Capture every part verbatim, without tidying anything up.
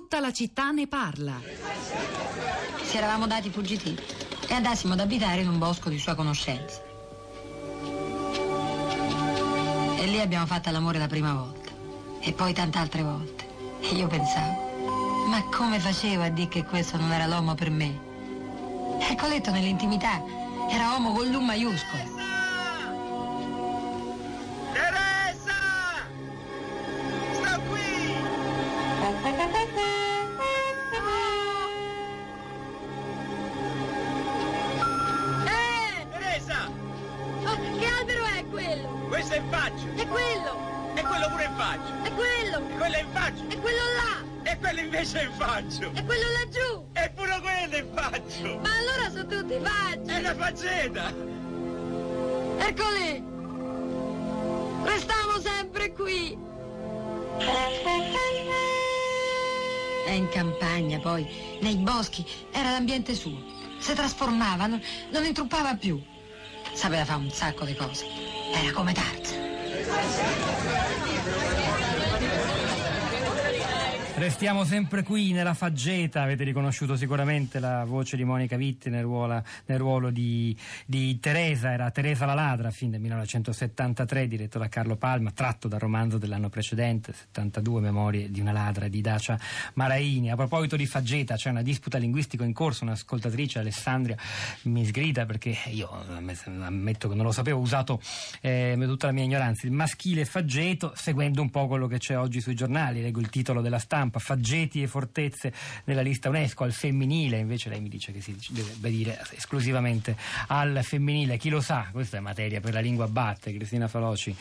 Tutta la città ne parla. Ci eravamo dati fuggitivi e andassimo ad abitare in un bosco di sua conoscenza. E lì abbiamo fatto l'amore la prima volta e poi tante altre volte. E io pensavo, ma come facevo a dire che questo non era l'uomo per me? Ecco, letto nell'intimità era uomo con l'U maiuscola. Teresa! Sto qui! Eh! Teresa! Oh, che albero è quello? Questo è in faccia! È quello! E quello pure in faccia! È quello! E quello è in faccia! È quello là! E quello invece è in faccia! È quello laggiù! E pure quello è in faccia! Ma allora sono tutti facci! È una facceta! Eccoli! Restiamo sempre qui! E in campagna poi, nei boschi, era l'ambiente suo. Si trasformava, non, non intruppava più. Sapeva fare un sacco di cose. Era come Tarzan. Restiamo sempre qui nella faggeta. Avete riconosciuto sicuramente la voce di Monica Vitti nel ruolo, nel ruolo di, di Teresa. Era Teresa la ladra, film del millenovecentosettantatré, diretto da Carlo Palma, tratto dal romanzo dell'anno precedente, settantadue, Memorie di una ladra, di Dacia Maraini. A proposito di faggeta, c'è una disputa linguistica in corso. Un'ascoltatrice, Alessandria, mi sgrida perché io ammetto che non lo sapevo, ho usato eh, tutta la mia ignoranza il maschile faggeto, seguendo un po' quello che c'è oggi sui giornali. Leggo il titolo della stampa: faggeti e fortezze nella lista UNESCO. Al femminile, invece lei mi dice che si deve dire esclusivamente al femminile. Chi lo sa, questa è materia per la lingua batte. Cristina Faloci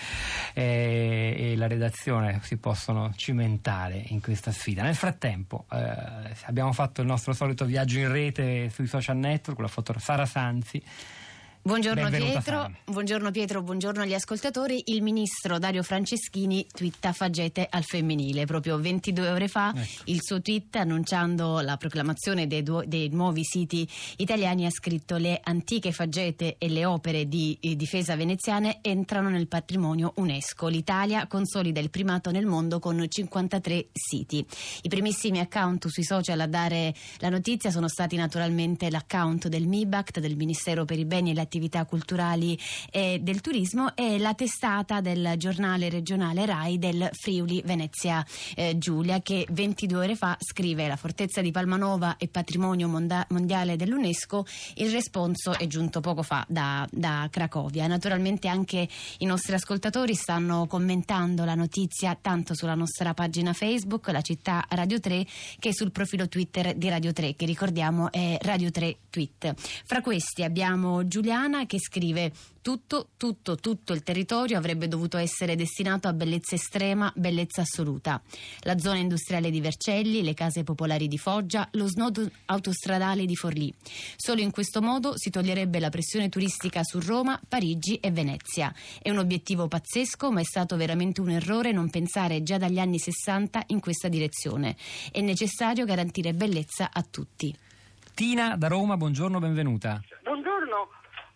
e, e la redazione si possono cimentare in questa sfida. Nel frattempo eh, abbiamo fatto il nostro solito viaggio in rete sui social network con la foto Sara Sanzi. Buongiorno Benvenuta, Pietro, Sara. buongiorno Pietro, buongiorno agli ascoltatori. Il ministro Dario Franceschini twitta faggete al femminile. Proprio ventidue ore fa ecco. Il suo tweet, annunciando la proclamazione dei, du- dei nuovi siti italiani, ha scritto: le antiche faggete e le opere di eh, difesa veneziane entrano nel patrimonio UNESCO. L'Italia consolida il primato nel mondo con cinquantatré siti. I primissimi account sui social a dare la notizia sono stati naturalmente l'account del MIBACT, del Ministero per i beni e le attività culturali e del turismo, e la testata del giornale regionale RAI del Friuli Venezia eh, Giulia, che ventidue ore fa scrive: la fortezza di Palmanova è patrimonio monda- mondiale dell'UNESCO. Il responso è giunto poco fa da, da Cracovia. Naturalmente anche i nostri ascoltatori stanno commentando la notizia tanto sulla nostra pagina Facebook, la città Radio tre, che sul profilo Twitter di Radio tre, che ricordiamo è Radio tre Tweet. Fra questi abbiamo Giuliana che scrive: tutto, tutto, tutto il territorio avrebbe dovuto essere destinato a bellezza estrema, bellezza assoluta. La zona industriale di Vercelli, le case popolari di Foggia, lo snodo autostradale di Forlì. Solo in questo modo si toglierebbe la pressione turistica su Roma, Parigi e Venezia. È un obiettivo pazzesco, ma è stato veramente un errore non pensare già dagli anni sessanta in questa direzione. È necessario garantire bellezza a tutti. Tina da Roma, buongiorno, benvenuta. Buongiorno.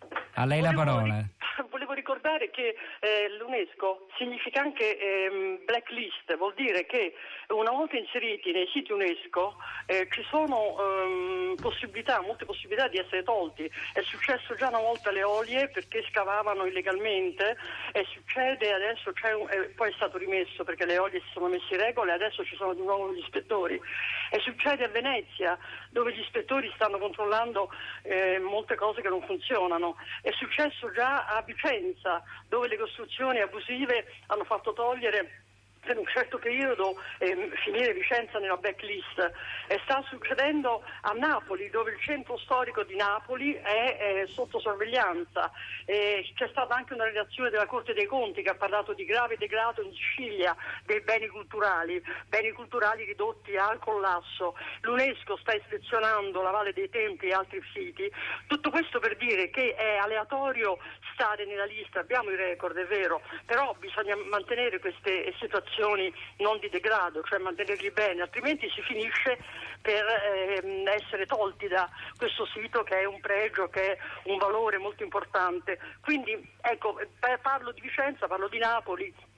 A lei la volevo, parola. Volevo ricordare che eh, l'UNESCO significa anche eh, blacklist, vuol dire che una volta inseriti nei siti UNESCO eh, ci sono ehm, possibilità, molte possibilità di essere tolti. È successo già una volta alle Olie perché scavavano illegalmente, e succede adesso, c'è un, eh, poi è stato rimesso perché le Olie si sono messe in regola e adesso ci sono di nuovo gli ispettori. E succede a Venezia, dove gli ispettori stanno controllando eh, molte cose che non funzionano. È successo già a Vicenza, dove le costruzioni abusive hanno fatto togliere per un certo periodo eh, finire Vicenza nella blacklist. E sta succedendo a Napoli, dove il centro storico di Napoli è eh, sotto sorveglianza. Eh, c'è stata anche una relazione della Corte dei Conti che ha parlato di grave degrado in Sicilia dei beni culturali, beni culturali ridotti al collasso. L'UNESCO sta ispezionando la Valle dei Templi e altri siti. Tutto questo per dire che è aleatorio stare nella lista, abbiamo i record, è vero, però bisogna mantenere queste situazioni non di degrado, cioè mantenerli bene, altrimenti si finisce per eh, essere tolti da questo sito, che è un pregio, che è un valore molto importante. Quindi ecco, parlo di Vicenza, parlo di Napoli,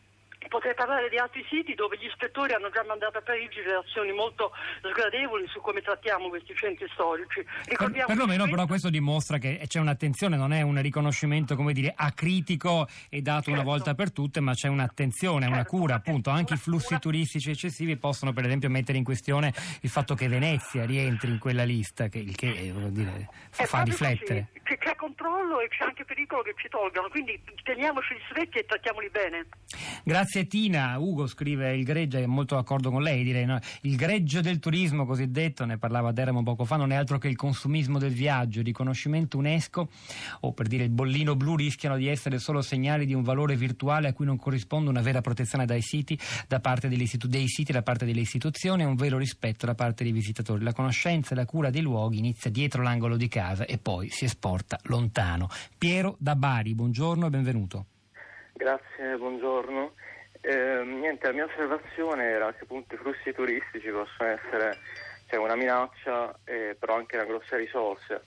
Potrei parlare di altri siti dove gli ispettori hanno già mandato a Parigi relazioni molto sgradevoli su come trattiamo questi centri storici. Per, perlomeno però questo dimostra che c'è un'attenzione, non è un riconoscimento, come dire, acritico e dato certo. una volta per tutte, ma c'è un'attenzione, certo. una cura, appunto. Anche una, i flussi una... turistici eccessivi possono per esempio mettere in questione il fatto che Venezia rientri in quella lista, che, il che vuol dire, fa, fa riflettere. Così. Che c'è controllo e c'è anche pericolo che ci tolgano, quindi teniamoci stretti e trattiamoli bene. Grazie Tina. Ugo scrive: il greggio, è molto d'accordo con lei, direi, no? Il greggio del turismo cosiddetto, ne parlava Deramo poco fa, non è altro che il consumismo del viaggio. Il riconoscimento UNESCO o per dire il bollino blu rischiano di essere solo segnali di un valore virtuale a cui non corrisponde una vera protezione dai siti da parte degli istitu- dei siti da parte delle istituzioni e un vero rispetto da parte dei visitatori. La conoscenza e la cura dei luoghi inizia dietro l'angolo di casa e poi si esporta lontano. Piero da Bari, buongiorno e benvenuto. Grazie, buongiorno. Eh, niente, la mia osservazione era che appunto i flussi turistici possono essere cioè, una minaccia, eh, però anche una grossa risorsa.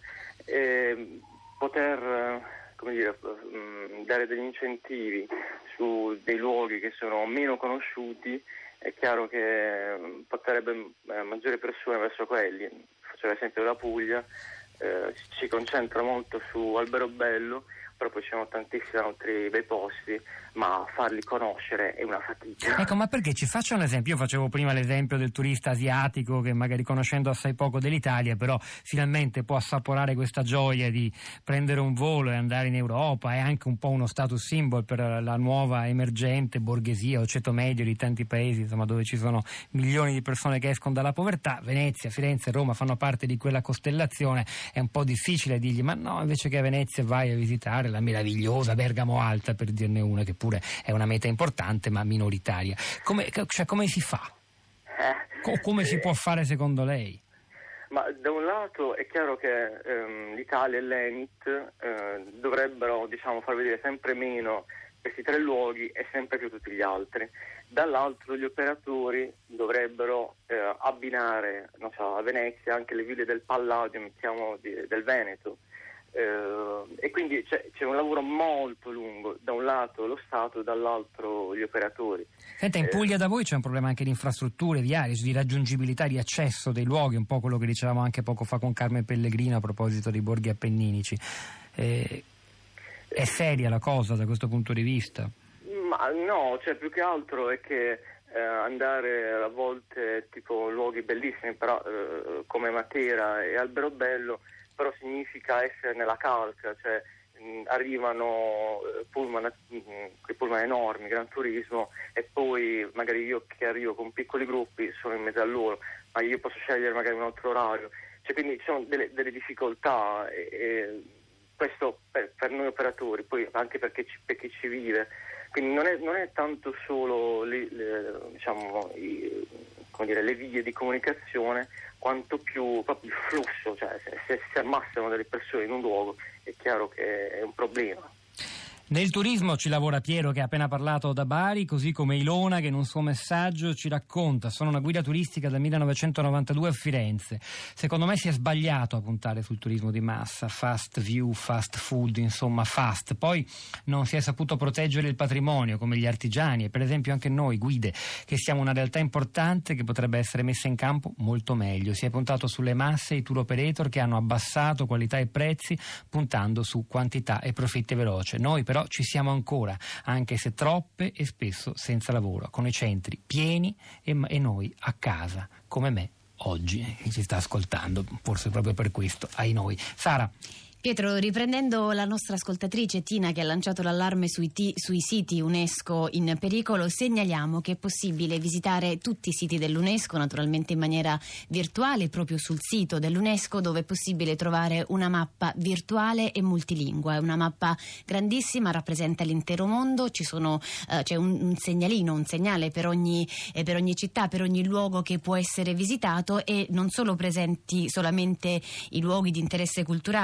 E poter come dire, mh, dare degli incentivi su dei luoghi che sono meno conosciuti è chiaro che porterebbe eh, maggiori persone verso quelli. Faccio l'esempio della Puglia. Eh, si concentra molto su Alberobello, però poi ci sono tantissimi altri bei posti, ma farli conoscere è una fatica. Ecco, ma perché ci faccio un esempio? Io facevo prima l'esempio del turista asiatico che magari conoscendo assai poco dell'Italia però finalmente può assaporare questa gioia di prendere un volo e andare in Europa, è anche un po' uno status symbol per la nuova emergente borghesia o ceto medio di tanti paesi, insomma, dove ci sono milioni di persone che escono dalla povertà. Venezia, Firenze e Roma fanno parte di quella costellazione, è un po' difficile dirgli ma no, invece che a Venezia vai a visitare la meravigliosa Bergamo Alta, per dirne una che pure è una meta importante ma minoritaria. Come, cioè, come si fa? Co- come si può fare secondo lei? Ma da un lato è chiaro che ehm, l'Italia e l'E N I T eh, dovrebbero diciamo far vedere sempre meno questi tre luoghi e sempre più tutti gli altri. Dall'altro gli operatori dovrebbero eh, abbinare, non so, a Venezia anche le ville del Palladio, mettiamo di, del Veneto. Uh, e quindi c'è, c'è un lavoro molto lungo, da un lato lo Stato, dall'altro gli operatori. Senta, in Puglia eh, da voi c'è un problema anche di infrastrutture viarie, di raggiungibilità, di accesso dei luoghi, un po' quello che dicevamo anche poco fa con Carmen Pellegrino a proposito dei borghi appenninici. Eh, è seria la cosa da questo punto di vista? Ma no, cioè più che altro è che eh, andare a volte tipo luoghi bellissimi, però eh, come Matera e Alberobello, però significa essere nella calca, cioè mh, arrivano eh, pullman, mh, quei pullman enormi, gran turismo, e poi magari io che arrivo con piccoli gruppi sono in mezzo a loro, ma io posso scegliere magari un altro orario, cioè quindi ci sono delle, delle difficoltà e, e questo per, per noi operatori, poi anche perché ci, per chi ci vive, quindi non è, non è tanto solo le, le, diciamo, i, come dire, le vie di comunicazione, quanto più proprio il flusso, cioè se, se si ammassano delle persone in un luogo è chiaro che è un problema. Nel turismo ci lavora Piero, che ha appena parlato da Bari, così come Ilona, che in un suo messaggio ci racconta: sono una guida turistica dal millenovecentonovantadue a Firenze. Secondo me si è sbagliato a puntare sul turismo di massa, fast view, fast food, insomma fast. Poi non si è saputo proteggere il patrimonio, come gli artigiani e per esempio anche noi guide, che siamo una realtà importante che potrebbe essere messa in campo molto meglio. Si è puntato sulle masse e i tour operator che hanno abbassato qualità e prezzi puntando su quantità e profitti veloce. Noi però ci siamo ancora, anche se troppe e spesso senza lavoro, con i centri pieni e, e noi a casa, come me oggi, che ci sta ascoltando, forse proprio per questo, ai noi. Sara. Pietro, riprendendo la nostra ascoltatrice Tina che ha lanciato l'allarme sui, t- sui siti UNESCO in pericolo, segnaliamo che è possibile visitare tutti i siti dell'UNESCO, naturalmente in maniera virtuale, proprio sul sito dell'UNESCO, dove è possibile trovare una mappa virtuale e multilingua. È una mappa grandissima, rappresenta l'intero mondo, ci sono, eh, c'è un, un segnalino, un segnale per ogni, eh, per ogni città, per ogni luogo che può essere visitato, e non solo presenti solamente i luoghi di interesse culturale, di interesse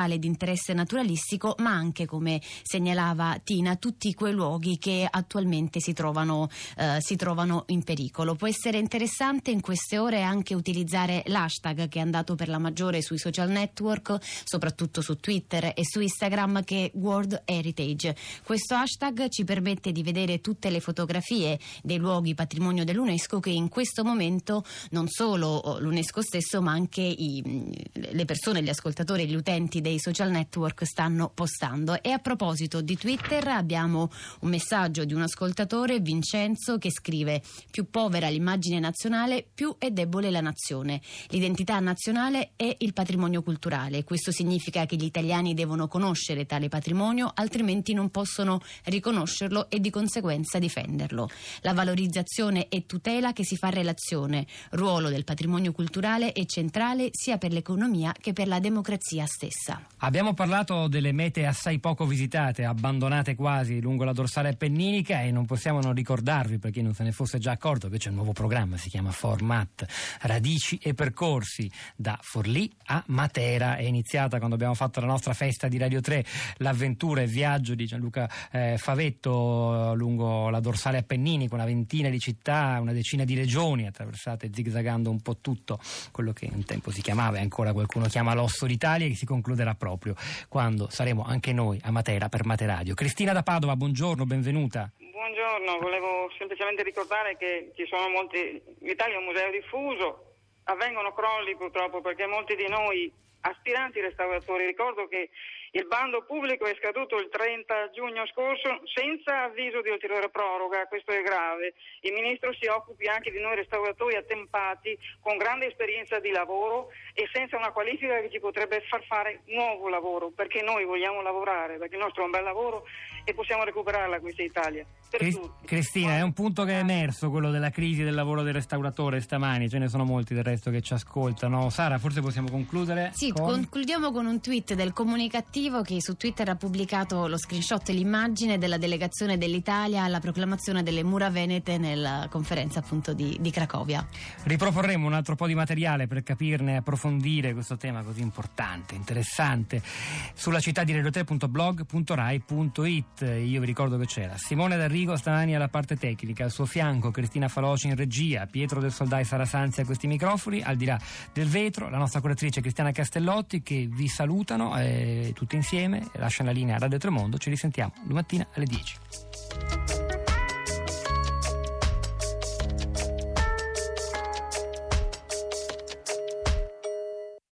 interesse naturalistico, ma anche, come segnalava Tina, tutti quei luoghi che attualmente si trovano, eh, si trovano in pericolo. Può essere interessante in queste ore anche utilizzare l'hashtag che è andato per la maggiore sui social network, soprattutto su Twitter e su Instagram, che è World Heritage. Questo hashtag ci permette di vedere tutte le fotografie dei luoghi patrimonio dell'UNESCO che in questo momento non solo l'UNESCO stesso, ma anche i, le persone, gli ascoltatori, gli utenti dei social network stanno postando. E a proposito di Twitter abbiamo un messaggio di un ascoltatore, Vincenzo, che scrive: più povera l'immagine nazionale, più è debole la nazione. L'identità nazionale è il patrimonio culturale. Questo significa che gli italiani devono conoscere tale patrimonio, altrimenti non possono riconoscerlo e di conseguenza difenderlo. La valorizzazione e tutela che si fa relazione. Ruolo del patrimonio culturale è centrale sia per l'economia che per la democrazia stessa. Abbiamo parlato delle mete assai poco visitate, abbandonate quasi lungo la dorsale appenninica, e non possiamo non ricordarvi, per chi non se ne fosse già accorto, che c'è un nuovo programma, si chiama Format, Radici e Percorsi, da Forlì a Matera. È iniziata quando abbiamo fatto la nostra festa di Radio tre, l'avventura e viaggio di Gianluca eh, Favetto eh, lungo la dorsale appenninica, una ventina di città, una decina di regioni attraversate zigzagando un po' tutto quello che un tempo si chiamava e ancora qualcuno chiama l'osso d'Italia, che si concluderà proprio quando saremo anche noi a Matera per Materadio. Cristina da Padova, buongiorno, benvenuta. Buongiorno, volevo semplicemente ricordare che ci sono molti, l'Italia è un museo diffuso, avvengono crolli purtroppo perché molti di noi aspiranti restauratori, ricordo che il bando pubblico è scaduto il trenta giugno scorso senza avviso di ulteriore proroga, questo è grave. Il Ministro si occupi anche di noi restauratori attempati, con grande esperienza di lavoro e senza una qualifica che ci potrebbe far fare nuovo lavoro, perché noi vogliamo lavorare, perché il nostro è un bel lavoro e possiamo recuperarla questa Italia. Per Cris- tutti. Cristina, è un punto che è emerso, quello della crisi del lavoro del restauratore stamani, ce ne sono molti del resto che ci ascoltano. Sara, forse possiamo concludere? Sì, con... concludiamo con un tweet del comunicativo che su Twitter ha pubblicato lo screenshot e l'immagine della delegazione dell'Italia alla proclamazione delle Mura Venete nella conferenza appunto di, di Cracovia. Riproporremo un altro po' di materiale per capirne e approfondire questo tema così importante, interessante, sulla città di radio tre punto blog punto rai punto it. Io vi ricordo che c'era Simone D'Arrigo stamani alla parte tecnica, al suo fianco Cristina Faloci in regia, Pietro del Soldai Sara Sanzi a questi microfoni, al di là del vetro la nostra curatrice Cristiana Castellotti, che vi salutano eh, tutti insieme, lasciano la linea a Radio Tremondo. Ci risentiamo domattina alle dieci.